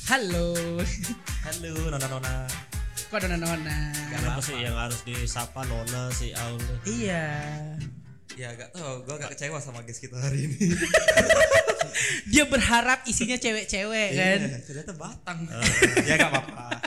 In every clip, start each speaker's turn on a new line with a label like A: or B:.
A: Halo.
B: Halo nona-nona.
A: Kok nona-nona?
C: Kenapa sih yang harus disapa nona si Aul?
A: Iya.
B: Ya gak tau, gue agak kecewa sama guys kita hari ini.
A: Dia berharap isinya cewek-cewek kan.
B: Iya, ternyata batang. Ya gak apa-apa.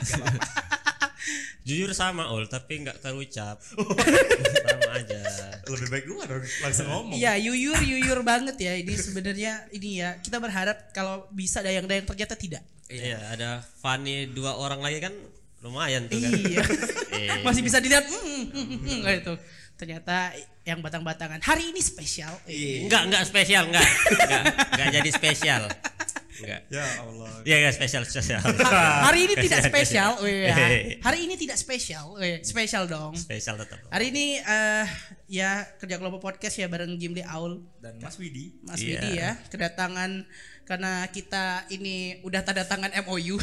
C: Jujur sama Ul, tapi nggak terucap. Sama aja.
B: Lebih baik gue dong langsung ngomong.
A: Iya, yuyur banget ya. Ini sebenarnya ini ya, kita berharap kalau bisa dayang ternyata tidak.
C: Iya, ada Fanny 2 orang lagi kan lumayan tuh kan.
A: Iya. Masih bisa dilihat kayak itu. Ternyata yang batang-batangan. Hari ini spesial.
C: Enggak spesial, enggak jadi spesial. Enggak.
B: Ya Allah.
C: Iya, enggak spesial.
A: Hari ini tidak spesial. Hari ini tidak spesial. Spesial dong.
C: Spesial tetap.
A: Hari ini ya kerja kelompok podcast ya bareng Jimli Aul
B: Dan Mas Widi.
A: Mas
C: Iya.
A: Widi ya, kedatangan karena kita ini udah tanda tangan MOU.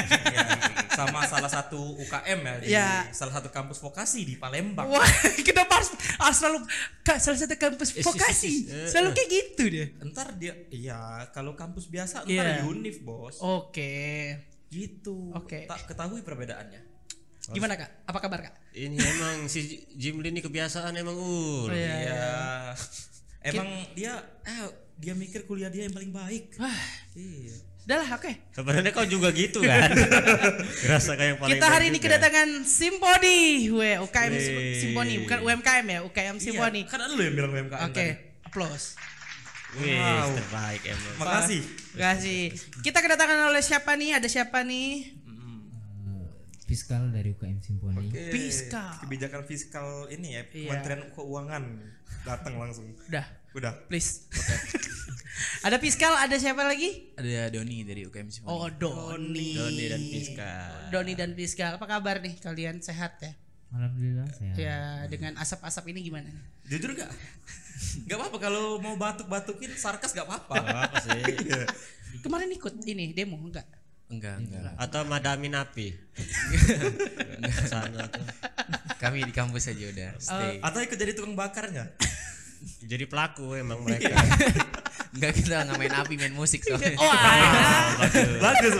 B: Sama salah satu UKM ya di
A: Ya.
B: salah satu kampus vokasi di Palembang.
A: Wah, kenapa harus selalu salah satu kampus vokasi? Selalu kayak gitu deh.
B: Entar dia, iya kalau kampus biasa
A: Iya.
B: entar univ bos.
A: Oke.
B: Gitu.
A: Oke.
B: Tak ketahui perbedaannya.
A: Gimana Kak? Apa kabar Kak?
C: Ini emang si Jimli ini kebiasaan emang Ul.
B: Iya. Emang dia mikir kuliah dia yang paling baik.
A: Wah,
B: Iya.
A: udah lah oke.
C: Sebenarnya kau juga gitu kan. Ngerasa kayak yang paling
A: Kita hari
C: baik
A: ini
C: juga.
A: kedatangan Simponi. UKM
C: Wih.
A: Simponi, bukan UMKM ya, UKM Simponi.
B: Iya, kan lu yang bilang UMKM
A: Oke,
B: tadi.
A: applause.
C: Wih,
B: Wow.
C: terbaik emang.
B: Makasih.
A: Makasih. Kita kedatangan oleh siapa nih? Ada siapa nih?
D: Fiskal dari UKM Simponi.
A: Fiskal.
B: Kebijakan fiskal ini ya,
A: Iya.
B: Kementerian Keuangan datang langsung.
A: Udah,
B: Udah.
A: please. Ada Fiskal, ada siapa lagi?
E: Ada Doni dari UKM Simponi.
A: Oh, Doni.
C: Doni dan Fiskal.
A: Doni dan Fiskal. Apa kabar nih? Kalian sehat ya?
D: Alhamdulillah sehat.
A: Ya, dengan asap-asap ini gimana?
B: Jujur gak? Gak apa-apa kalau mau batuk-batukin sarkas gak apa-apa.
C: Apa sih?
A: Kemarin ikut ini demo enggak?
E: Enggak.
C: Atau madamin api. Sana tuh.
E: Kami di kampus aja udah stay.
B: Atau ikut jadi tukang bakarnya.
C: Jadi pelaku emang mereka.
E: Enggak, kita nggak main api, main musik soalnya.
A: Oh,
B: Bagus.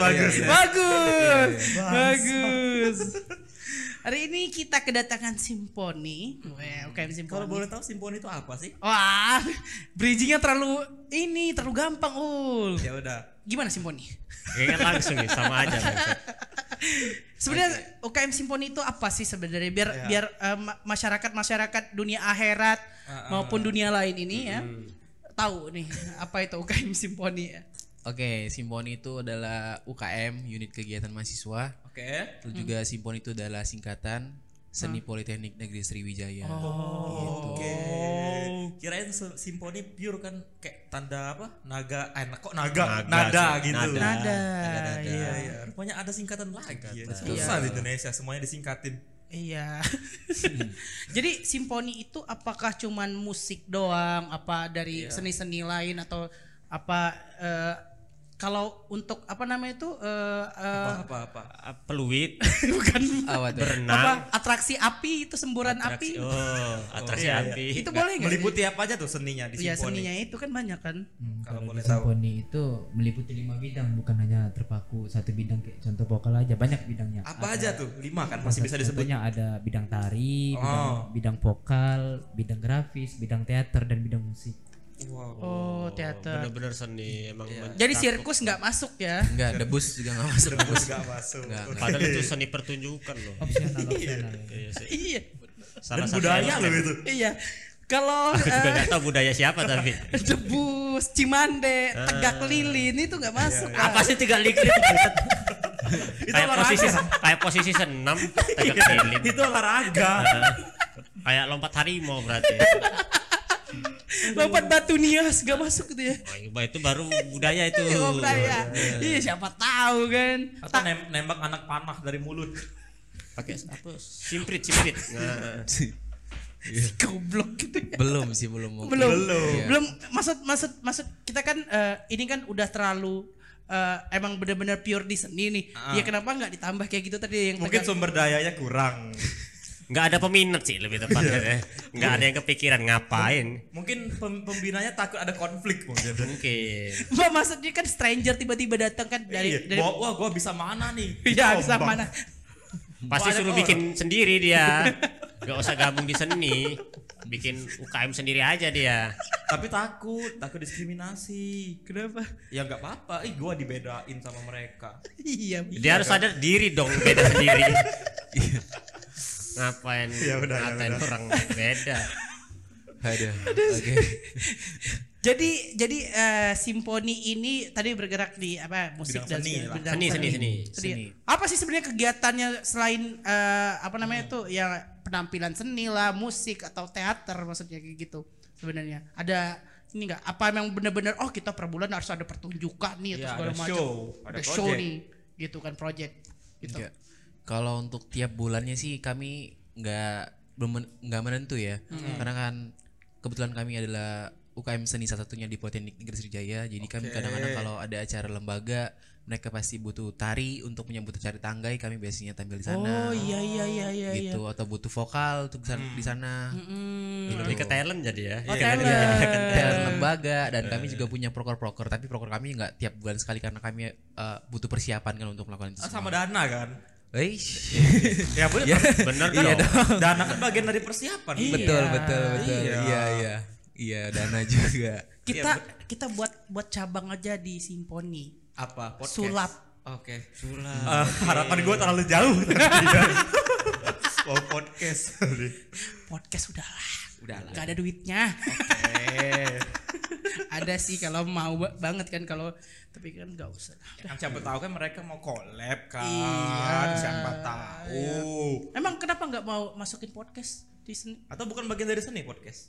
A: bagus. Hari ini kita kedatangan Simponi. UKM Simponi.
B: Kalau boleh tahu Simponi itu apa sih?
A: Wah, bridgingnya terlalu gampang
B: Ya udah.
A: Gimana Simponi?
C: Kayaknya langsung nih sama aja. Bang.
A: Sebenarnya UKM Simponi itu apa sih sebenarnya biar masyarakat dunia akhirat maupun dunia lain ini ya tahu nih apa itu UKM Simponi ya.
E: Oke, Simponi itu adalah UKM, unit kegiatan mahasiswa.
B: Oke.
E: Terus juga Simponi itu adalah singkatan Seni Politeknik Negeri Sriwijaya.
B: Oke. Kirain Simponi pure kan kayak tanda apa? Naga. Kok naga? Nada gitu.
A: Nada.
B: Iya. Rupanya ada singkatan lagi. Ya. Susah di Indonesia semuanya disingkatin.
A: Iya. Jadi Simponi itu apakah cuman musik doang, apa dari seni-seni lain atau apa kalau untuk apa namanya itu
B: Apa?
C: Peluit,
A: bukan
E: Apa tuh?
C: berenang,
A: atraksi api itu semburan api.
C: atraksi
B: iya,
C: api.
A: Itu boleh nggak?
B: Meliputi apa aja tuh seninya di
A: Iya,
B: Simponi?
A: seninya itu kan banyak kan.
B: Kalau
D: Kalau
B: boleh
D: di
B: tahu.
D: Simponi itu meliputi 5 bidang, bukan hanya terpaku satu bidang kayak contoh vokal aja, banyak bidangnya.
B: Apa aja tuh? 5 kan masih bisa disebut.
D: Contohnya ada bidang tari, bidang vokal, bidang grafis, bidang teater dan bidang musik.
B: Wow.
A: Oh, teater.
C: Bener-bener seni emang.
A: Jadi sirkus nggak masuk ya?
E: Enggak, debus juga enggak masuk.
B: Debus gak masuk.
C: Padahal itu seni pertunjukan loh.
D: Opsional.
C: Iya sih.
A: Iya.
C: Salah
B: Dan
C: satu
B: budaya
C: elemen.
B: loh itu.
A: Iya. Kalau
C: Aku juga nggak tahu budaya siapa tapi.
A: debus, cimande, tegak lilin itu nggak masuk. Kak.
C: Apa sih tiga liklit? kayak posisi senam tegak lilin.
B: Itu olahraga.
C: Kayak lompat harimau berarti.
A: Lompat batu nias gak masuk gitu ya.
C: Oh, itu baru budaya itu.
A: Oh, budaya. Iya, siapa tahu kan.
B: Atau nembak anak panah dari mulut.
C: Pakai apa? Simprit. Nah.
A: Goblok gitu ya.
E: Belum sih, belum.
A: Belum maksud kita kan ini kan udah terlalu emang benar-benar pure di seni nih. Ya kenapa nggak ditambah kayak gitu tadi yang
B: Mungkin sumber dayanya kurang.
C: nggak ada peminat sih lebih tepatnya. Nggak ada yang kepikiran ngapain.
B: Mungkin pembinanya takut ada konflik mungkin.
A: Mbak maksudnya kan stranger tiba-tiba datang kan dari
B: Wah, gua bisa mana nih?
A: Iya, bisa mana?
C: Pasti suruh bikin sendiri dia. Gak usah gabung di seni. Bikin UKM sendiri aja dia.
B: Tapi takut diskriminasi.
A: Kenapa?
B: Ya nggak apa-apa. Gua dibedain sama mereka.
A: Iya.
C: Dia harus sadar diri dong beda sendiri. Ngapain ngatain orang beda.
E: Aduh. Oke.
A: Jadi Simponi ini tadi bergerak di apa musik
B: Bidang
A: dan
B: seni lah.
A: bidang
C: Seni.
A: Apa sih sebenarnya kegiatannya selain apa namanya tuh ya penampilan seni lah, musik atau teater maksudnya kayak gitu sebenarnya. Ada ini enggak apa memang benar-benar kita per bulan harus ada pertunjukan nih atau segala macam.
B: Ada
A: show nih gitu kan project gitu.
E: Enggak. Kalau untuk tiap bulannya sih kami belum menentu ya. Karena kan kebetulan kami adalah UKM seni salah satunya di Politeknik Negeri Sriwijaya. Jadi kami kadang-kadang kalau ada acara lembaga mereka pasti butuh tari untuk menyambut acara tanggai, kami biasanya tampil di sana.
A: Oh iya.
E: Gitu atau butuh vokal untuk di sana.
C: Lebih ke talent jadi ya.
A: Oh,
E: Iya,
A: talent.
E: talent lembaga dan kami juga punya proker-proker, tapi proker kami nggak tiap bulan sekali karena kami butuh persiapan kan untuk melakukan itu
B: sama
E: semua.
B: dana kan.
E: Ya
C: Bener kan?
E: iya dong.
B: Dana kan bagian dari persiapan.
E: Betul.
B: Iya.
E: Iya, dana juga.
A: Kita buat cabang aja di Simponi.
B: Apa? Podcast.
A: Sulap.
B: Oke. Sulap. Harapan gue terlalu jauh. Podcast.
A: Podcast udahlah. Gak ada duitnya. Ada sih kalau mau banget kan kalau tapi kan nggak usah.
B: Kan siapa tahu kan mereka mau collab kan.
A: Iya.
B: Siapa tahu.
A: Emang kenapa nggak mau masukin podcast di sini?
B: Atau bukan bagian dari seni podcast?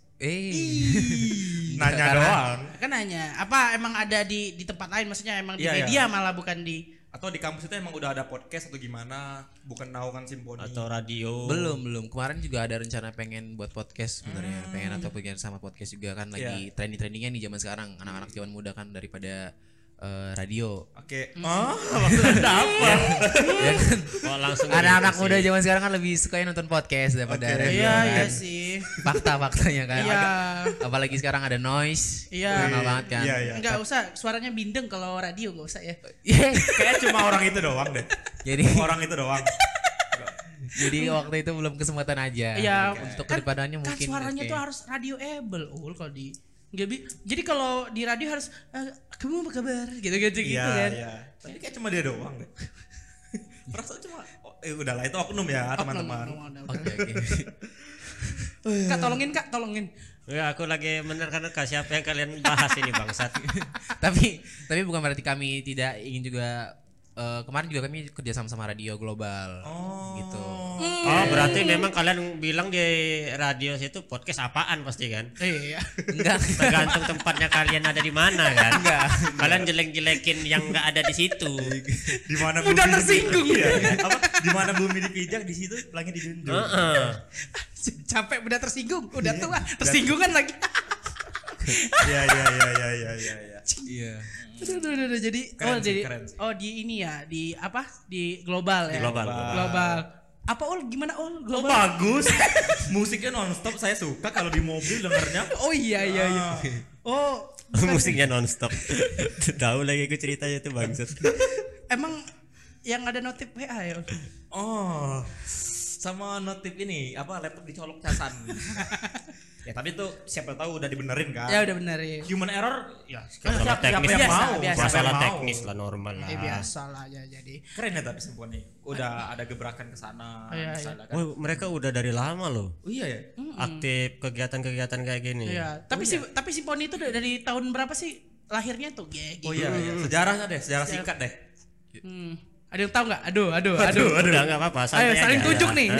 E: Nanya
B: doang.
A: Kan nanya apa emang ada di tempat lain maksudnya emang di
B: Iya,
A: media
B: iya.
A: malah bukan di
B: Atau di kampus itu emang udah ada podcast atau gimana? Bukan naungan Simponi.
C: Atau radio.
E: Belum. Kemarin juga ada rencana pengen buat podcast sebenarnya. Pengen atau pengen sama podcast juga kan lagi trending-trendingnya nih zaman sekarang. Anak-anak zaman muda kan daripada radio.
B: Oke. Maksudnya apa?
E: Ya kan?
C: Oh, langsung
E: Anak-anak
C: gitu
E: muda
C: sih.
E: zaman sekarang kan lebih suka nonton podcast daripada radio.
A: Iya
E: kan?
A: sih.
E: Fakta-faktanya kan.
A: Iya.
E: Apalagi sekarang ada noise.
A: Iya.
E: Terkenal banget kan.
B: Iya.
A: Enggak usah suaranya bindeng kalau radio nggak usah ya.
B: Kayaknya cuma orang itu doang deh. Orang itu doang.
E: Jadi waktu itu belum kesempatan aja.
A: Iya.
E: Untuk
A: Kan
E: kedepannya mungkin.
A: suaranya
E: oke.
A: tuh harus radioable kalau di jadi kalau di radio harus kamu apa kabar gitu kan.
B: Iya. Tapi kayak cuma dia doang deh. Perasaan cuma udahlah itu oknum ya teman-teman.
E: Oke.
A: Kak tolongin.
C: Ya aku lagi menerka-nerka siapa yang kalian bahas ini bangsat.
E: tapi bukan berarti kami tidak ingin juga kemarin juga kami kerja sama radio global gitu.
C: Oh berarti memang kalian bilang di radio situ podcast apaan pasti kan?
A: Iya.
E: Enggak.
C: Tergantung tempatnya kalian ada di mana kan?
E: Enggak.
C: Kalian jelek-jelekin yang nggak ada di situ.
B: Di mana
A: Mudah
B: bumi
A: tersinggung.
B: Apa? Di mana bumi dipijak di situ langit dijunjung.
A: Capek udah tersinggung, udah tua, tersinggungan lagi.
B: Iya.
E: Iya.
A: Aduh, jadi
B: Keren sih.
A: di ini ya, di apa? Di global ya.
C: Di global.
A: Apa gimana
B: Oh
A: global?
B: bagus. Musiknya nonstop saya suka kalau di mobil dengernya.
A: Oh iya. Oh,
C: Musiknya nonstop. Tahu lagi aku ceritanya tuh bangsat.
A: emang yang ada notif WA ya?
B: Oh. Sama notif ini apa laptop dicolok casan. Ya tapi itu siapa tahu udah dibenerin kan.
A: Ya udah bener ya.
B: Human error ya
C: Masalah teknis
B: siapa yang
A: biasa,
B: mau.
A: biasa.
C: Masalah
B: Siapa yang
C: teknis
B: mau.
C: lah normal lah.
A: Biasa lah ya jadi.
B: Keren ya tapi Simponi. Udah ada gebrakan ke sana.
A: Iya.
B: misalnya kan.
C: Wah, mereka udah dari lama loh
B: Oh iya ya.
C: aktif kegiatan-kegiatan kayak gini.
A: Iya, tapi Simponi itu dari tahun berapa sih lahirnya tuh? Gitu.
B: Oh iya. Sejarahnya deh, sejarah singkat deh.
A: Ada yang tahu nggak? Aduh.
C: Udah nggak apa-apa.
A: Ayo
C: santai
A: saling
C: aja.
A: tunjuk nih.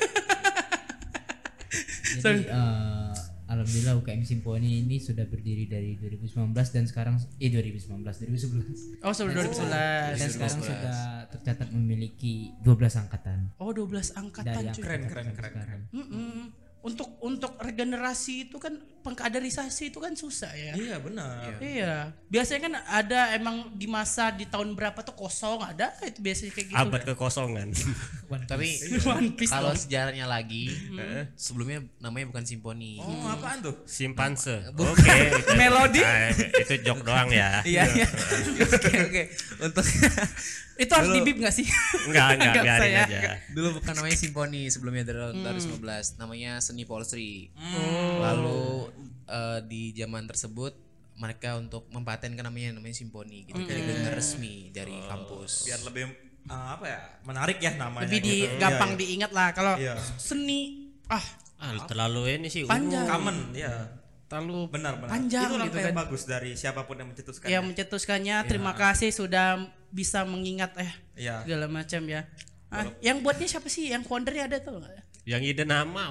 D: Jadi alhamdulillah UKM Simponi ini sudah berdiri dari 2019 dan sekarang 2011.
A: Oh, sebelum 2011.
D: Dan sekarang sudah tercatat memiliki 12 angkatan.
A: Oh, 12 angkatan
D: Dari
A: cuy.
B: Keren.
D: sekarang.
A: Untuk regenerasi itu kan pengkaderisasi itu kan susah ya.
B: Iya benar.
A: Iya. Biasanya kan ada emang di masa di tahun berapa tuh kosong ada itu biasanya kayak gitu.
C: Abad kekosongan.
E: Tapi
A: One Piece
E: kalau
A: dong.
E: sejarahnya lagi, sebelumnya namanya bukan simfoni.
B: Oh, apaan tuh?
C: Simpanse. Oke.
A: Melodi?
C: Itu jok doang ya.
E: Iya. Oke. Untuk
A: Itu harus dibip enggak sih?
C: Enggak,
A: Enggak usah
C: biarin
A: ya.
C: aja.
E: dulu bukan namanya simfoni, sebelumnya dari tahun 2019 namanya seni polstri. Lalu di zaman tersebut mereka untuk mempatenkan namanya simfoni gitu. Jadi benar resmi dari kampus.
B: Biar lebih apa ya? Menarik ya namanya.
A: Lebih
B: gitu.
A: gampang
B: Iya,
A: diingat lah kalau
B: Iya.
A: seni
C: Terlalu ini sih.
A: Panjang.
B: Common, ya.
A: terlalu
B: Benar.
A: panjang
B: Itu langkah
A: gitu
B: yang
A: kan.
B: bagus dari siapapun yang mencetuskan.
A: Yang mencetuskannya terima kasih sudah bisa mengingat
B: Iya.
A: segala macam ya. Yang buatnya siapa sih? Yang foundernya ada tuh nggak?
C: Yang ide nama.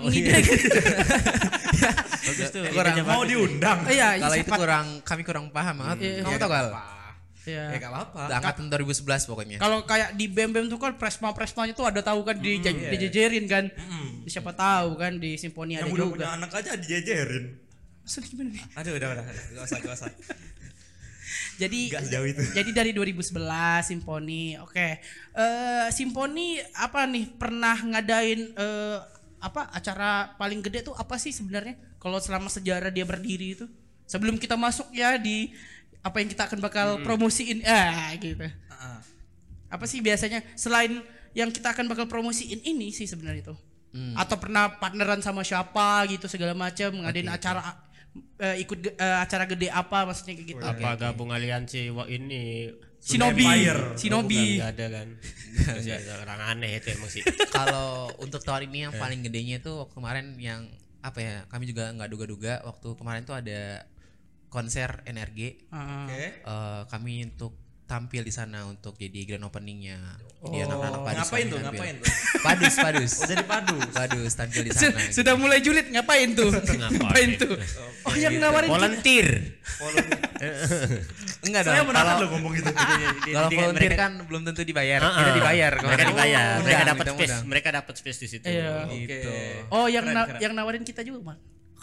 C: Bagus tuh.
E: Kurang
C: idenya
B: Mau
C: bagus.
B: diundang.
A: Iya,
E: Kalau itu
A: siapa-
E: kami kurang paham banget. Kamu tahu Gal?
A: Iya.
B: Ya enggak apa-apa.
E: Angkatan 2011 pokoknya.
A: Kalau kayak di BEM tuh kan presma-presmanya tuh ada tahu kan dijejerin kan. Siapa tahu kan di simfoni ada
B: Yang udah punya
A: juga.
B: anak aja dijejerin.
A: Maksudnya gimana nih?
B: Aduh, udah. Enggak usah.
A: Jadi
B: Nggak sejauh itu.
A: Jadi dari 2011 simfoni. Oke. Simfoni apa nih pernah ngadain apa acara paling gede tuh apa sih sebenarnya? Kalau selama sejarah dia berdiri itu. Sebelum kita masuk ya di apa yang kita akan bakal promosiin gitu. Apa sih biasanya selain yang kita akan bakal promosiin ini sih sebenarnya itu? Atau pernah partneran sama siapa gitu segala macam ngadain acara ikut acara gede apa maksudnya kayak gitu.
C: Apa gabung aliansi ini
A: Shinobi.
B: Empire.
A: Shinobi.
C: Enggak ada kan. Orang aneh itu emang sih.
E: Kalau untuk tahun ini yang paling gedenya itu waktu kemarin yang apa ya? Kami juga nggak duga-duga waktu kemarin tuh ada konser NRG.
B: Oke.
E: Kami untuk tampil di sana untuk jadi grand openingnya. Jadi anak-anak Padus
B: Ngapain
E: kami
B: tuh?
E: tampil.
B: Ngapain tuh?
E: Padus.
B: Oh, jadi padu.
E: Padus tampil di sana.
A: Sudah mulai julid ngapain tuh? Ngapain tuh? Oh yang nawarin
C: Volunteer.
E: Enggak dong.
B: Saya menahan
E: Kalau
B: lo ngomong gitu.
E: kalau volunteer kan belum tentu dibayar. Kita dibayar.
C: Mereka dibayar.
E: Undang,
C: Mereka dapat
E: undang,
C: space.
E: undang.
C: Mereka dapat space di situ.
A: Iya.
E: Gitu.
A: Oh yang
B: Keren.
A: yang nawarin kita juga, Bang.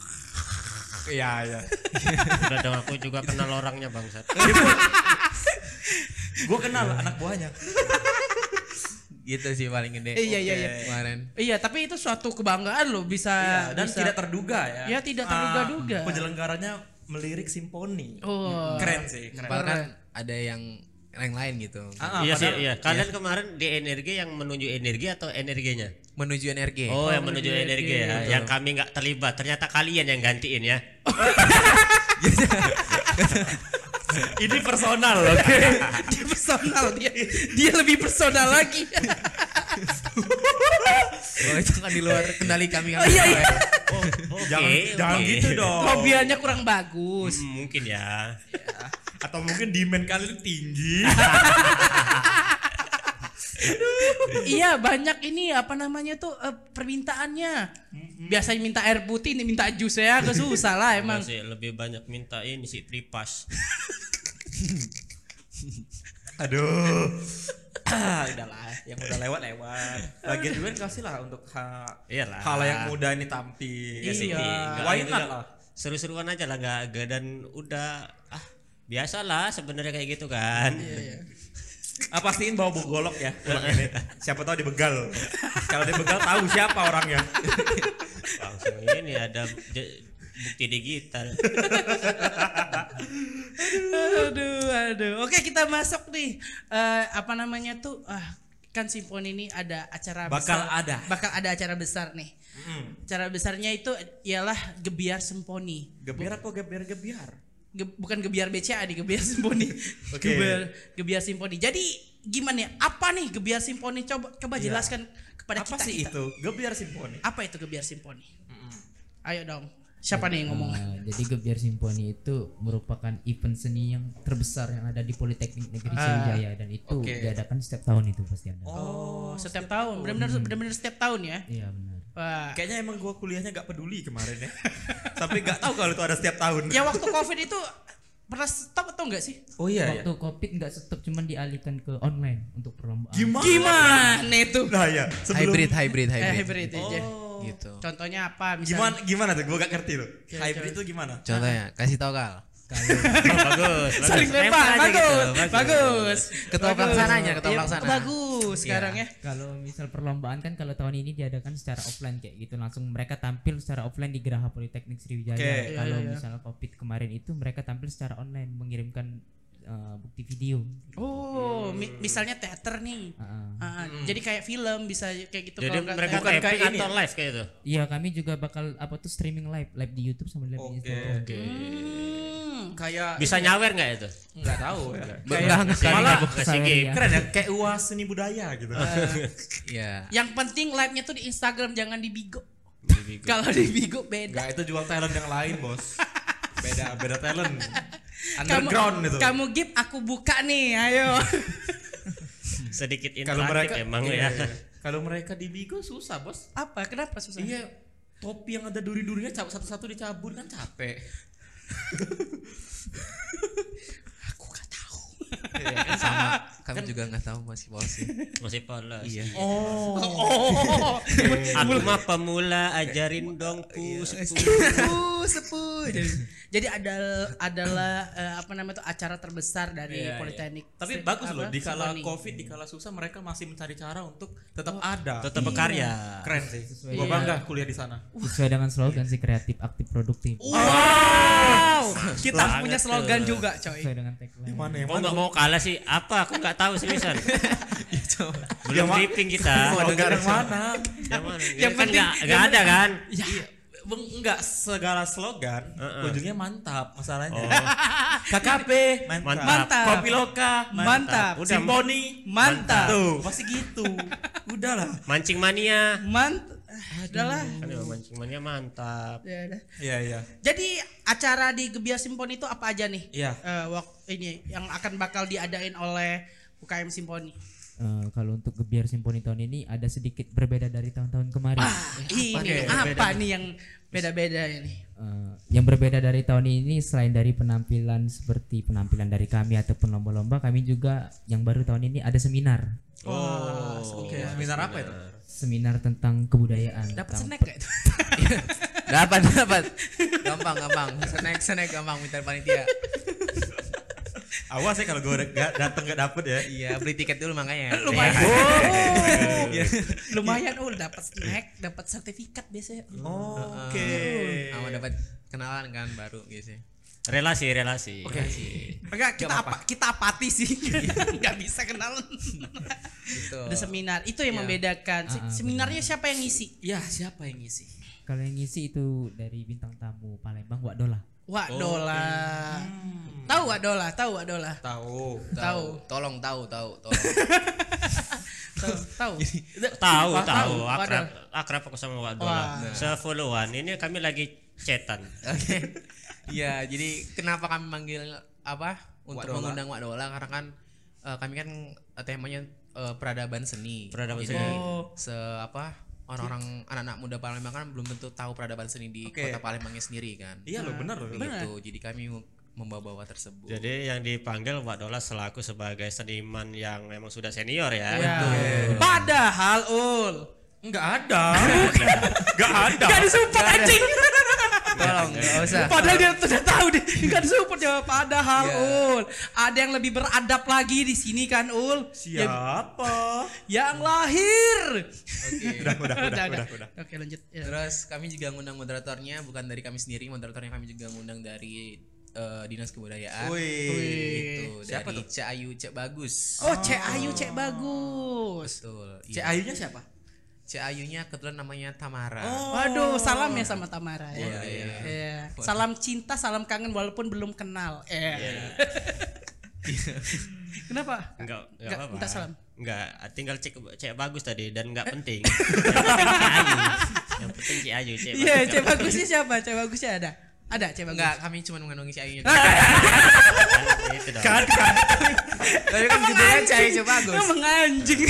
B: Iya.
C: Udah dong aku juga kenal orangnya bangsat.
B: Gue kenal anak buahnya.
E: Gitu sih paling gede.
A: Iya.
E: Kemarin.
A: Iya, tapi itu suatu kebanggaan loh bisa
B: Dan
A: bisa-
B: tidak terduga ya.
A: Ya, tidak terduga-duga.
B: Penyelenggaranya melirik simfoni.
A: Oh.
B: Keren sih, keren.
E: Bahkan ada yang lain gitu.
C: Iya sih, iya. Kalian kemarin di energi yang menuju energi atau energinya?
E: Menuju NRG.
C: Oh, yang menuju energi ya. Yang kami nggak terlibat. Ternyata kalian yang gantiin ya.
B: Ini personal, oke.
A: Dia personal dia lebih personal lagi.
E: Oh itu kan di luar kendali kami.
A: Iya.
B: Jangan gitu dong.
A: Hobiannya kurang bagus.
C: Mungkin ya.
B: Atau mungkin demand kalian tinggi.
A: Iya, banyak ini apa namanya tuh permintaannya. Biasanya minta air putih, ini minta jus ya, agak susah lah emang.
C: Masih lebih banyak minta ini sih tripas.
B: Aduh. Udahlah, yang udah lewat. Lagian juga kasih lah untuk
C: Iyalah.
B: hal yang muda ini tampil.
A: Iya.
B: sih.
C: Nggak
B: Why
C: gitu
B: not
C: dah.
B: lah?
C: Seru-seruan aja lah nggak dan udah biasalah sebenarnya kayak gitu kan.
B: Pastiin bawa golok ya. Pulang ini. Siapa tahu dibegal. Kalau dibegal tahu siapa orangnya.
C: Langsung ini ada bukti digital.
A: Aduh. Oke, kita masuk nih. Apa namanya tuh? Kan simfoni ini ada acara bakal ada acara besar nih. Acara besarnya itu ialah Gebiar Simfoni.
B: Gebiar kok gebiar.
A: Bukan Gebiar BCA nih, Gebiar Simfoni.
B: Oke.
A: Gebiar Simfoni. Jadi gimana ya? Apa nih Gebiar Simfoni? Coba jelaskan kepada
B: Apa
A: kita.
B: sih itu? Gebiar simfoni.
A: Apa itu Gebiar Simfoni? Ayo dong. Siapa nih yang ngomong?
D: Jadi Gebiar Simfoni itu merupakan event seni yang terbesar yang ada di Politeknik Negeri Sriwijaya dan itu diadakan setiap tahun itu pasti ada.
A: Oh, setiap tahun. Benar-benar setiap tahun ya.
D: Iya benar.
A: Wah.
B: Kayaknya emang gua kuliahnya gak peduli kemarin ya. Sampai gak tahu kalau itu ada setiap tahun.
A: Ya waktu Covid itu pernah stop atau enggak sih?
B: Oh iya ya.
D: Waktu Covid nggak stop cuman dialihkan ke online untuk perlombaan.
B: Gimana?
A: Gimana itu?
B: Nah ya, sebelum
E: Hybrid
A: Hybrid aja.
E: Gitu.
A: Contohnya apa?
B: Gimana tuh? Gue gak ngerti tuh. Hybrid itu gimana?
E: Contohnya, kasih tau Kal.
C: Bagus.
A: Saling lempar, bagus.
E: Ketua pelaksananya, ketua
A: Iya,
E: pelaksana.
A: bagus sekarang ya.
D: Kalau misal perlombaan kan kalau tahun ini diadakan secara offline kayak gitu, langsung mereka tampil secara offline di Geraha Politeknik Sriwijaya.
B: Oke.
D: Kalau
A: Iya.
D: misal Covid kemarin itu mereka tampil secara online mengirimkan bukti video.
A: Oh, misalnya teater nih. Jadi kayak film bisa kayak gitu.
C: Jadi
A: kalau nggak
C: mereka
A: teater.
C: taping atau live kayak itu.
D: Iya, kami juga bakal streaming live di YouTube sama live di Instagram.
B: Kayak
C: Bisa nyawer nggak itu?
B: nggak tahu ya.
C: Malah
D: Saya
C: game.
D: ya.
B: Keren ya, kayak UAS seni budaya gitu.
E: Iya.
A: Yang penting live-nya tuh di Instagram, jangan di Bigo. Kalau di Bigo beda.
B: Enggak, itu jual talent yang lain, Bos. Beda talent. Underground itu.
A: Kamu give, aku buka nih, ayo.
C: Sedikit
B: Kalau mereka
C: interaktif emang
B: iya,
C: ya.
B: iya. Kalau mereka di Bigo susah, Bos.
A: Apa? Kenapa susah?
B: Iya, topi yang ada duri-durinya satu-satu dicabut kan capek.
A: Aku gak tahu.
E: Sama kami juga nggak tahu masih polos sih.
C: Masih polos.
E: Iya.
A: Oh.
C: Aku mah pemula, ajarin dong
A: Sepuh. Jadi adalah apa namanya tuh acara terbesar dari
B: Iya,
A: Politeknik.
B: Tapi bagus loh,
A: Apa?
B: di kala
A: Simponi.
B: Covid, di kala susah mereka masih mencari cara untuk tetap ada.
C: tetap berkarya.
B: Keren sih.
D: Sesuai
B: Gua
A: Iya.
B: bangga kuliah di sana.
D: Sesuai dengan slogan sih, kreatif, aktif, produktif.
A: Wow. Kita
C: Banget
A: punya slogan
C: tuh.
A: juga, coy.
D: Sesuai dengan tagline.
B: Mana yang
C: Kok nggak mau kalah sih? Apa? Aku nggak tahu seriusan. Belum briefing kita.
B: Slogan yang mana?
C: Yang mana?
A: Yang
C: Kan
A: penting-
C: nggak ada kan?
B: Iya. Enggak segala slogan ujungnya mantap masalahnya. KKP mantap.
A: Mantap.
B: Kopi Loka
A: Mantap.
C: Udah.
B: Simponi
A: Mantap.
B: tuh pasti gitu. Udahlah.
C: Mancing mania.
A: Udahlah.
C: Kan emang mancing mania mantap.
A: Ya udah.
B: Iya.
A: Jadi acara di Gebiar Simponi itu apa aja nih?
B: Iya.
A: Ini yang akan bakal diadain oleh UKM Simponi.
D: Kalau untuk Gebiar Simponi tahun ini ada sedikit berbeda dari tahun-tahun kemarin.
A: Ini apa nih yang beda-beda ini?
D: Yang berbeda dari tahun ini selain dari penampilan seperti penampilan dari kami ataupun lomba-lomba, kami juga yang baru tahun ini ada seminar.
B: Oke. Seminar apa itu?
D: Seminar tentang kebudayaan.
A: Dapat
D: Tentang-
A: snack gak itu?
E: Dapat. Gampang. Snack gampang minta panitia.
B: Awas ya kalau gue datang gak dapet ya.
E: Iya, beli tiket dulu makanya.
A: Lumayan.
B: Iya.
A: Lumayan dapat snack, dapat sertifikat biasanya.
B: Oke.
E: Sama dapat kenalan kan baru gitu.
C: Relasi.
B: Oke.
A: Enggak, kita apati sih. Enggak bisa kenalan.
E: Gitu.
A: Ada seminar, itu yang membedakan. Seminarnya siapa yang ngisi?
B: Ya siapa yang ngisi?
D: Kalau yang ngisi itu dari bintang tamu Palembang, Wak Dola.
A: Wak Dola. Tahu Wak Dola?
B: Tahu.
E: Tolong tahu.
A: Tahu.
C: Tahu.
A: Waduh.
C: Akrab aku sama Wak
A: Wah.
C: Dola. Se-followan. Ini kami lagi chatan.
E: Oke. Iya, jadi kenapa kami manggil untuk
B: Wak Dola.
E: mengundang Wak Dola karena kan kami kan temanya peradaban seni.
C: Peradaban
E: Jadi,
C: seni.
E: orang-orang anak-anak muda Palembang kan belum tentu tahu peradaban seni di
B: Oke.
E: kota Palembangnya sendiri kan.
B: Iya loh, bener loh.
E: Gitu. Jadi kami membawa tersebut.
C: Jadi yang dipanggil Wak Dola selaku sebagai seniman yang memang sudah senior ya.
A: Ya. Padahal
B: Enggak ada. Enggak ada.
A: Gak disupport anjing.
E: Tolong, enggak usah.
A: Padahal dia sudah tahu deh. Gak disupport ya. Padahal
E: Iya.
A: ada yang lebih beradab lagi di sini kan
B: Siapa?
A: Yang lahir.
E: Oke.
B: Udah.
A: Oke, lanjut. Ya.
E: Terus kami juga ngundang moderatornya bukan dari kami sendiri, moderatornya kami juga ngundang dari Dinas Kebudayaan. Gitu.
B: Siapa
E: Dari
B: tuh?
E: Cek Ayu, Cek Bagus.
A: Oh, Cek Ayu, Cek Bagus.
E: Betul.
B: Cek Ayunya siapa?
E: Cek Ayunya kebetulan namanya Tamara.
A: Waduh, salam ya sama Tamara ya.
E: Iya.
A: Iya. Salam cinta, salam kangen walaupun belum kenal. Kenapa?
C: Enggak
A: Enggak,
C: apa-apa.
A: minta salam.
C: Enggak, tinggal cek bagus tadi dan enggak penting. Yang penting Cek Ayu.
A: Iya, Cek Bagusnya siapa? Cek Bagusnya ada? Ada Cek Bagus.
E: Enggak, kami cuma mengandungi Cek Ayunya.
C: Itu dong.
E: Tapi kan judulnya Cek Ayu, Cek Bagus.
A: Emang anjing.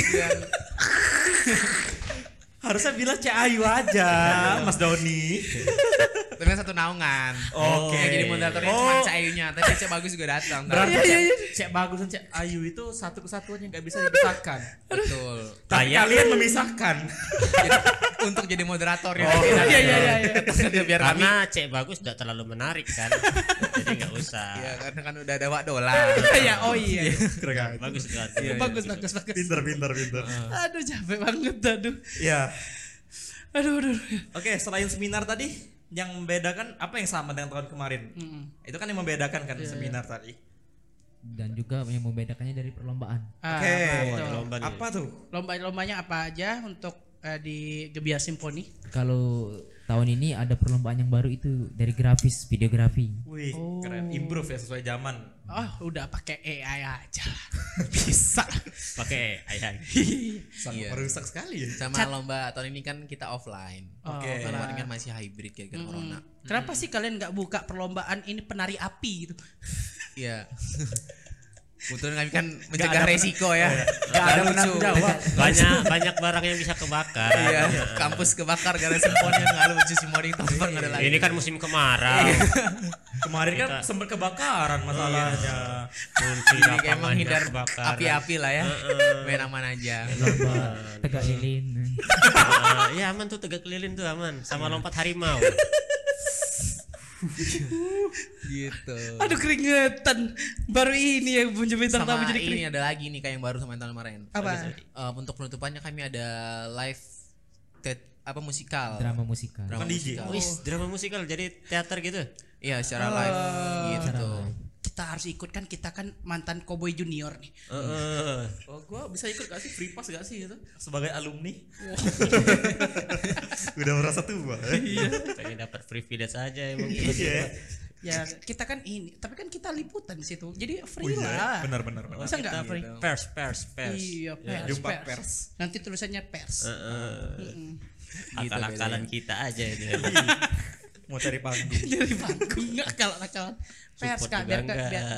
B: Harusnya bilang Cek Ayu aja, Mas Doni.
E: Tapi kan satu naungan.
B: Oke.
E: Ya, jadi moderatornya cuma Cek Ayunya, tapi Cek Bagus juga datang.
B: Berarti
A: Iya, iya.
B: Cek Bagus dan Cek Ayu itu satu kesatuan yang gak bisa dipisahkan.
E: Betul.
B: Tapi
C: Kayak-
B: kalian memisahkan.
E: untuk jadi moderator ya.
A: Iya.
E: Biar kami.
C: Karena Cek Bagus tidak terlalu menarik kan. Jadi nggak usah.
E: Iya, karena kan udah ada Wak Dola.
A: Iya, oh iya.
C: Bagus kan.
A: Bagus.
B: Pinter.
A: Aduh, capek banget aduh.
B: Ya.
A: Aduh.
B: Oke, selain seminar tadi yang membedakan apa yang sama dengan tahun kemarin? Itu kan yang membedakan kan seminar tadi.
D: Dan juga yang membedakannya dari perlombaan.
B: Oke.
A: Betul.
B: Apa tuh?
A: Lomba-lombanya apa aja untuk di Gebiar Simponi?
D: Kalau tahun ini ada perlombaan yang baru itu dari grafis, videografi.
B: Wih, keren. Improve ya sesuai zaman.
A: Oh, udah pakai AI aja lah. Bisa.
C: Pakai ayah.
B: Sangat merusak sekali ya.
E: Sama lomba tahun ini kan kita offline.
B: Oke.
E: Kemarin kan masih hybrid gara-gara corona.
A: Kenapa sih kalian nggak buka perlombaan ini penari api gitu?
E: Iya. Kebetulan kami kan mencegah resiko ya.
B: Gak ada menang jawab.
C: Banyak barang yang bisa kebakar.
E: Iya, kampus kebakar gara Simponi nggak lucu si Mori Topper nggak ada lagi.
C: Ini kan musim kemarau.
B: Kemarin kan sempat kebakaran masalahnya.
E: Jadi kayak menghindar api-api lah ya. Main aman aja.
D: Lomba tegak lilin.
C: Ya aman tuh, tegak lilin tuh aman. Sama lompat harimau.
E: Gitu.
A: Aduh, keringetan. Baru ini ya punya bintang tamu
E: Sama
A: jadi
E: ini ada lagi nih kayak yang baru sama tahun kemarin.
A: Apa?
E: Untuk penutupannya kami ada live musikal.
D: Drama musikal.
E: Drama
B: Bukan DJ.
E: musikal.
C: Wis, drama musikal jadi teater gitu.
E: Iya, secara live gitu.
A: kita harus ikut kan, kita kan mantan Cowboy Junior nih.
B: Oh, gua bisa ikut gak sih? Free pass gak sih itu? Sebagai alumni. Udah merasa tua.
C: Pengen dapat privilege aja emang.
B: Iya.
A: Ya kita kan ini, tapi kan kita liputan di situ, jadi free
B: Oh, iya.
A: lah.
B: Benar.
A: Masa nggak free?
C: Pers.
A: Iya, pers.
B: Jumpa pers.
A: Nanti tulisannya pers.
C: Akal-akalan kita aja itu.
B: Mau cari panggung.
A: Dari panggung nggak akal-akalan. Pers
C: Support
A: kak,
C: juga
A: biar
C: enggak.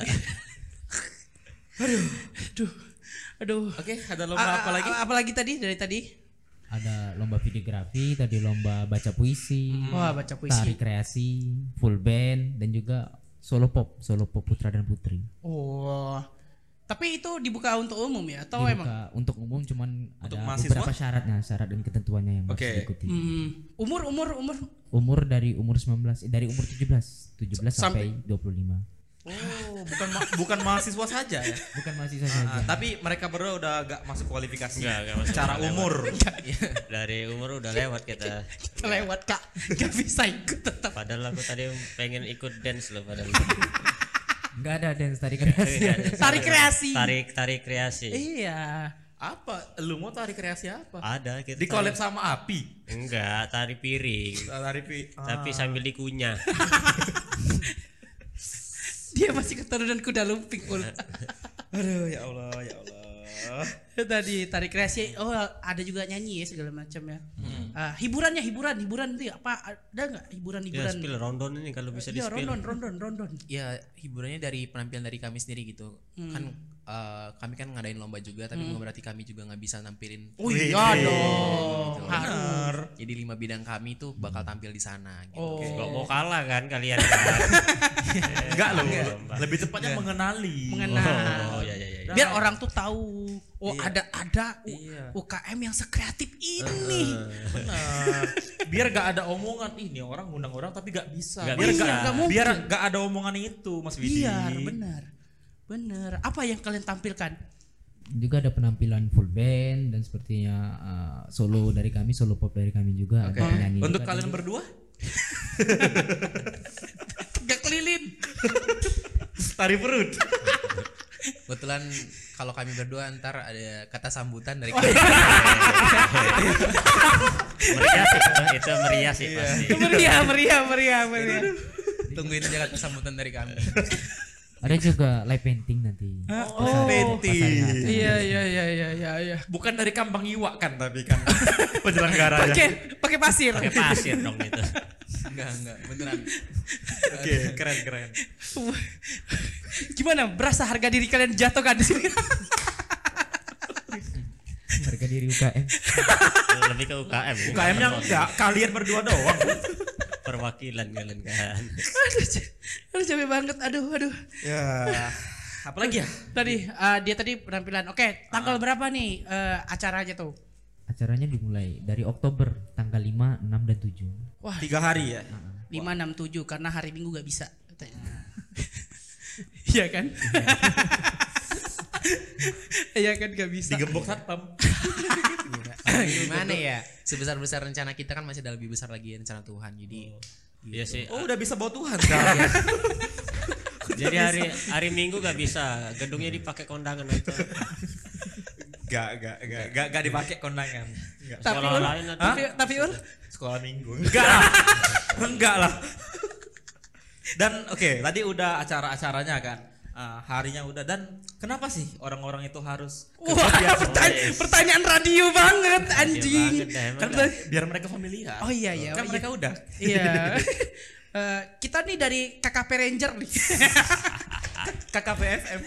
A: Aduh.
B: Oke, ada lomba apa lagi?
A: Apa lagi tadi dari tadi?
D: Ada lomba videografi, tadi lomba baca puisi,
A: Wah, baca
D: tari
A: puisi.
D: kreasi, full band, dan juga solo pop putra dan putri.
A: Oh. Tapi itu dibuka untuk umum ya atau emang?
D: Dibuka untuk umum, cuman
B: Untuk
D: ada
B: mahasiswa?
D: beberapa syarat dan ketentuannya yang harus
B: Oke.
D: diikuti.
A: Umur.
D: Dari umur 19, dari umur 17 sampai 25.
B: Oh, bukan mahasiswa saja ya.
D: Bukan mahasiswa saja.
B: Tapi mereka berdua udah gak masuk kualifikasi.
C: Enggak masuk.
B: Secara
C: Udah
B: umur.
C: Dari umur udah lewat kita.
A: Lewat kak, gak bisa ikut tetap.
C: Padahal aku tadi pengen ikut dance loh padahal.
D: Enggak ada dance tari kreasi.
A: Tari kreasi.
C: Tari kreasi.
A: Iya.
B: Apa? Lu mau tari kreasi apa?
C: Ada kita.
B: Di collab sama api.
C: Enggak, tari piring. Tapi sambil dikunyah.
A: Dia masih keturunan kuda lumping.
B: Aduh, ya Allah.
A: Tadi tari kreasi, oh ada juga nyanyi ya segala macam ya. Hiburan itu ya, apa ada nggak
C: Ya
A: hiburan?
C: spill rondon ini kalau bisa di
A: Iya,
C: spill.
A: rondon.
E: Ya hiburannya dari penampilan dari kami sendiri gitu. Kan kami kan ngadain lomba juga, tapi bukan berarti kami juga nggak bisa nampilin.
A: Oh iya dong.
B: Benar.
E: Jadi 5 bidang kami tuh bakal tampil di sana gitu.
A: Oh.
C: Gak mau kalah kan kalian kan?
B: Enggak loh. Lebih tepatnya mengenali.
A: Mengenal.
C: Oh ya.
A: Biar orang tuh tahu, oh
B: Iya.
A: ada
B: Iya.
A: UKM yang sekreatif ini.
B: Benar. Biar gak ada omongan ini orang ngundang orang tapi gak bisa.
C: Nggak
B: biar
C: bisa.
B: gak,
A: Nggak mungkin.
B: biar gak ada omongan itu, Mas Widi.
A: Biar benar. Apa yang kalian tampilkan?
D: Juga ada penampilan full band dan sepertinya solo dari kami, solo pop dari kami juga.
B: Oke.
D: Ada penyanyi
B: Untuk
D: juga
B: kalian
D: dari-
B: berdua
A: Tegak lilin.
B: tari perut.
E: Kebetulan kalau kami berdua ntar ada kata sambutan dari
C: Meriah sih, itu meriah sih pasti.
A: Meriah.
E: tungguin aja kata sambutan dari kami.
D: Ada juga live painting nanti.
A: Oh,
B: painting.
A: Iya.
B: Bukan dari Kambang Iwa kan tapi kan penyelenggaranya.
A: Pakai pasir.
C: Pakai pasir dong itu.
E: Enggak, beneran.
B: Oke, keren.
A: Gimana? Berasa harga diri kalian jatuh kan di sini?
D: Harga diri UKM.
C: Lebih ke UKM.
B: UKM-nya enggak, kalian berdua doang.
C: Perwakilan kalian kan.
A: Aduh capek banget. Aduh.
B: Ya. Apalagi ya?
A: Tadi dia tadi penampilan. Oke, tanggal berapa nih acaranya tuh?
D: acaranya dimulai dari Oktober tanggal 5, 6 dan 7.
A: Wah,
B: 3 hari ya.
A: 5, 6, 7 karena hari Minggu gak bisa katanya. Iya kan? Iya kan gak bisa.
B: Digembok satpam.
E: Gimana ya? Sebesar-besar rencana kita kan masih ada lebih besar lagi rencana Tuhan. Jadi
C: Iya sih.
B: Oh, udah bisa bawa Tuhan sekarang.
C: Jadi hari Minggu gak bisa, gedungnya dipakai kondangan atau
B: Gak dipakai kondangan. Enggak.
A: Tapi
C: sekolah
A: Ul,
C: lain atau
A: tapi Ul,
B: Sekolah minggu. Enggak lah. Enggak lah. Dan oke, tadi udah acara-acaranya kan. Harinya udah, dan kenapa sih orang-orang itu harus
A: wah, pertanyaan radio banget anjing.
C: banget dah, emang
A: Kan
C: dah.
B: biar mereka familiar.
A: Oh iya ya.
B: Kan mereka udah.
A: Iya. Kita nih dari KKP Ranger nih.
B: KKP FM.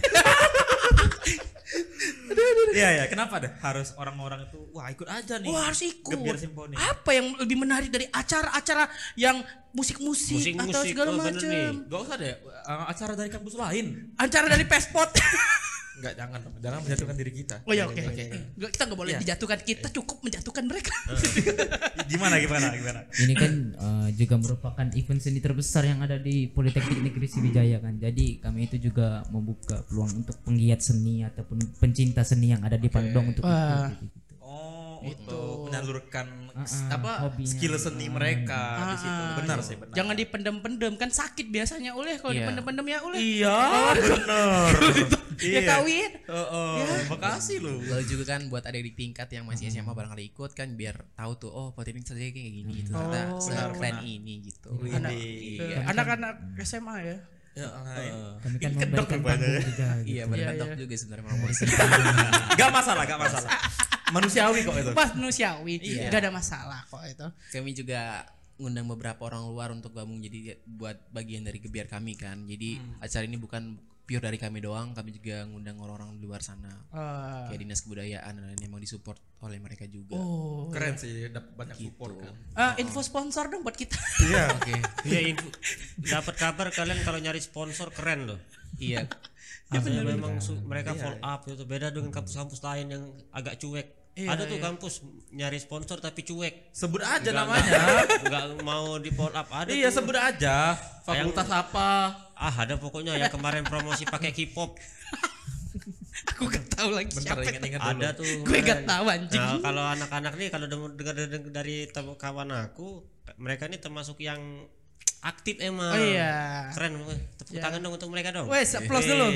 B: Iya ya, kenapa deh harus orang-orang itu wah ikut aja nih.
A: Wah, harus ikut.
B: Gebiar Simponi.
A: Apa yang lebih menarik dari acara-acara yang musik-musik atau
C: Musik-musik,
A: segala
C: oh, bener nih.
A: macam?
B: Gak usah deh acara dari kampus lain.
A: Acara dari Pespot.
B: Enggak, jangan menjatuhkan diri kita.
A: Oh ya, oke. Kita nggak boleh
B: Iya.
A: dijatuhkan, kita cukup menjatuhkan mereka.
B: Gimana?
D: Ini kan juga merupakan event seni terbesar yang ada di Politeknik Negeri Sriwijaya kan. Jadi kami itu juga membuka peluang untuk penggiat seni ataupun pencinta seni yang ada di Pandong untuk
A: Wah.
D: ikut gitu.
B: Oh, untuk menyalurkan
D: hobinya.
B: skill seni mereka di situ. Benar sih, benar.
A: Jangan dipendem-pendem, kan sakit biasanya oleh kalau
E: Iya.
A: dipendem-pendem ya oleh.
B: Iya, benar.
A: Ya kawin.
B: Makasih lu.
E: lalu juga kan buat adik-adik tingkat yang masih SMA barangkali ikut kan biar tahu tuh oh Politeknik saja kayak gini gitu. Ternyata sekeren ini gitu.
A: Anak-anak SMA ya.
D: Kami kan
B: Ini kedok
D: memberikan
B: rupanya ya.
D: panggung juga gitu.
E: Iya, berkedok juga sebenarnya promosi.
B: Gak masalah. Manusiawi kok itu.
A: Manusiawi.
E: Iya.
A: Gak ada masalah kok itu.
E: Kami juga ngundang beberapa orang luar untuk gabung jadi buat bagian dari gebiar kami kan. Jadi acara ini bukan pure dari kami doang, kami juga ngundang orang-orang di luar sana. Kayak dinas kebudayaan dan lain emang disupport oleh mereka juga.
A: Oh.
B: Keren sih, dapat banyak support kan.
A: Info sponsor dong buat kita.
B: Iya.
E: Oke.
C: Iya, dapat kabar kalian kalau nyari sponsor keren loh.
E: Iya.
C: Maksudnya memang mereka follow up itu beda dengan kampus-kampus lain yang agak cuek. Ada tuh kampus nyari sponsor tapi cuek.
B: Sebut aja
C: Nggak-
B: namanya.
C: Nggak mau di follow up ada.
B: Iya,
C: tuh.
B: sebut aja. Fakultas apa?
C: Ada pokoknya yang kemarin promosi pakai K-pop.
A: Aku gak tahu lagi
B: Bentar,
A: siapa.
B: ingat-ingat dulu.
C: Ada tuh.
A: Gue
C: kemarin.
A: gak tahu anjing.
C: Nah, kalau anak-anak nih kalau dengar dari kawan aku, mereka ini termasuk yang aktif emang.
A: Oh iya.
C: Keren. Tepuk tangan dong untuk mereka dong.
A: Wes, applause dulu.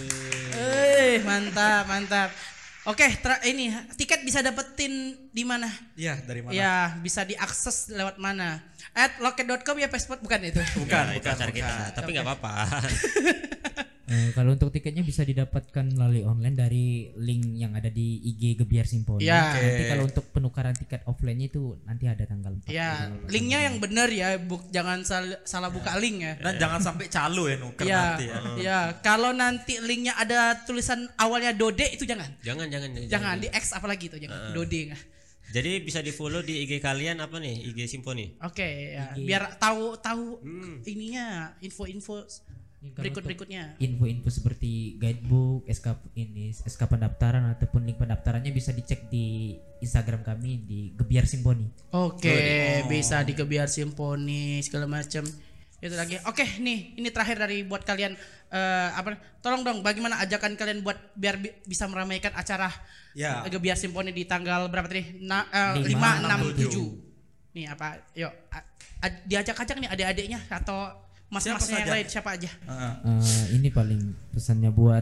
A: Mantap. Oke, ini tiket bisa dapetin di mana?
B: Iya, dari mana?
A: Ya, bisa diakses lewat mana? @loket.com ya Pespot bukan itu?
B: Bukan,
C: Nah, itu acara kita. Tapi nggak apa-apa.
D: Kalau untuk tiketnya bisa didapatkan melalui online dari link yang ada di IG Gebiar Simponi.
A: Ya.
D: Nanti kalau untuk penukaran tiket offline-nya itu nanti ada tanggal 4.
A: Ya, linknya yang benar ya, jangan salah buka link ya.
B: Dan jangan sampai calo ya nuker
A: Iya,
B: nanti ya.
A: iya. Kalau nanti linknya ada tulisan awalnya Dode itu jangan.
C: Jangan.
A: Di X apalagi itu jangan. Dode nggak.
C: Jadi bisa di follow di IG kalian apa nih? IG Simponi.
A: Oke, ya.
D: IG.
A: Biar tahu ininya, info-info
D: Kalau
A: berikutnya.
D: untuk info-info seperti guidebook, SK pendaftaran ataupun link pendaftarannya bisa dicek di Instagram kami di Gebiar Simponi.
A: Oke, bisa di Gebiar Simponi segala macam. Itu lagi. Oke, nih, ini terakhir dari buat kalian tolong dong bagaimana ajakan kalian buat biar bisa meramaikan acara
B: Ya.
A: Gebiar Simponi di tanggal berapa tadi? 5, 6, 7. Nih apa? Yuk, diajak-ajak nih adik-adiknya atau mas-masnya yang
B: saja?
A: lain siapa aja?
D: Ini paling pesannya buat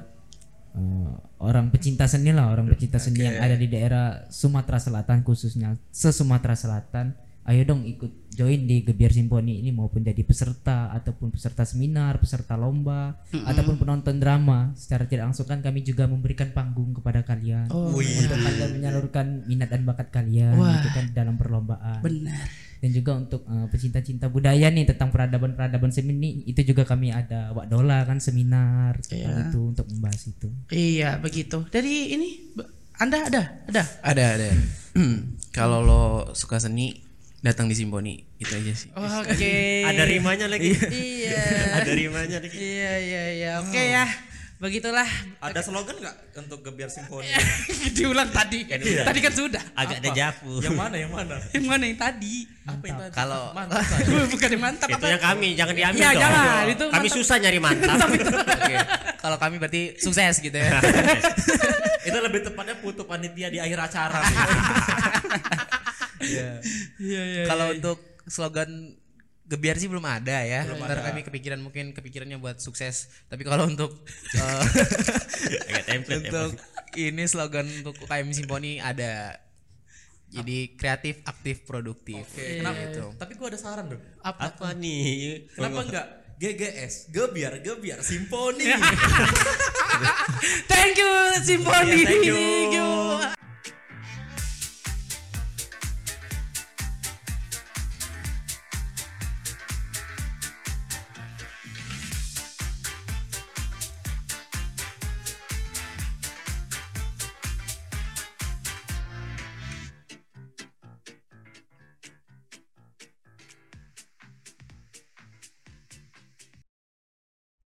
D: orang pecinta seni lah, orang pecinta seni yang ada di daerah Sumatera Selatan, khususnya se-Sumatera Selatan. Ayo dong ikut join di Gebiar Simponi ini, maupun jadi peserta ataupun peserta seminar, peserta lomba ataupun penonton drama. Secara tidak langsung kan kami juga memberikan panggung kepada kalian untuk kalian menyalurkan minat dan bakat kalian gitu kan dalam perlombaan.
A: Benar.
D: Dan juga untuk pecinta-cinta budaya nih tentang peradaban seni itu juga kami ada Wakdola kan seminar tentang itu untuk membahas itu.
A: Iya, begitu. Dari ini Anda ada?
E: Ada. Kalau lo suka seni datang di Simponi itu aja sih.
A: Oke.
C: Ada rimanya lagi.
A: Iya.
C: Ada rimanya lagi.
A: Iya. Oke ya. Begitulah.
B: Ada slogan nggak untuk Gebiar Simponi?
A: Diulang tadi. Tadi kan sudah.
C: Agak dejavu.
B: Yang mana? Yang mana?
A: Yang mana yang tadi?
B: Apa yang tadi?
E: Kalau
A: Bukan yang mantap
C: Itu
A: apa?
C: yang kami, jangan diambil
A: Iya,
C: dong.
A: jangan. Itu
C: Kami
A: mantap.
C: susah nyari mantap.
E: oke. Kalau kami berarti sukses gitu ya.
B: Itu lebih tepatnya putu panitia di akhir acara.
A: Iya.
E: Kalau untuk slogan Gebiar sih belum ada ya. Ntar kami kepikirannya buat sukses. Tapi kalau untuk
C: Agak template ya.
E: untuk ini slogan untuk UKM Simponi ada. Jadi kreatif, aktif, produktif.
B: Oke, kenapa? Tapi gua ada saran dong.
C: Apa nih?
B: Kenapa enggak GGS? Gebiar Simponi.
A: Thank you Simponi.
B: Thank you.
A: Thank you.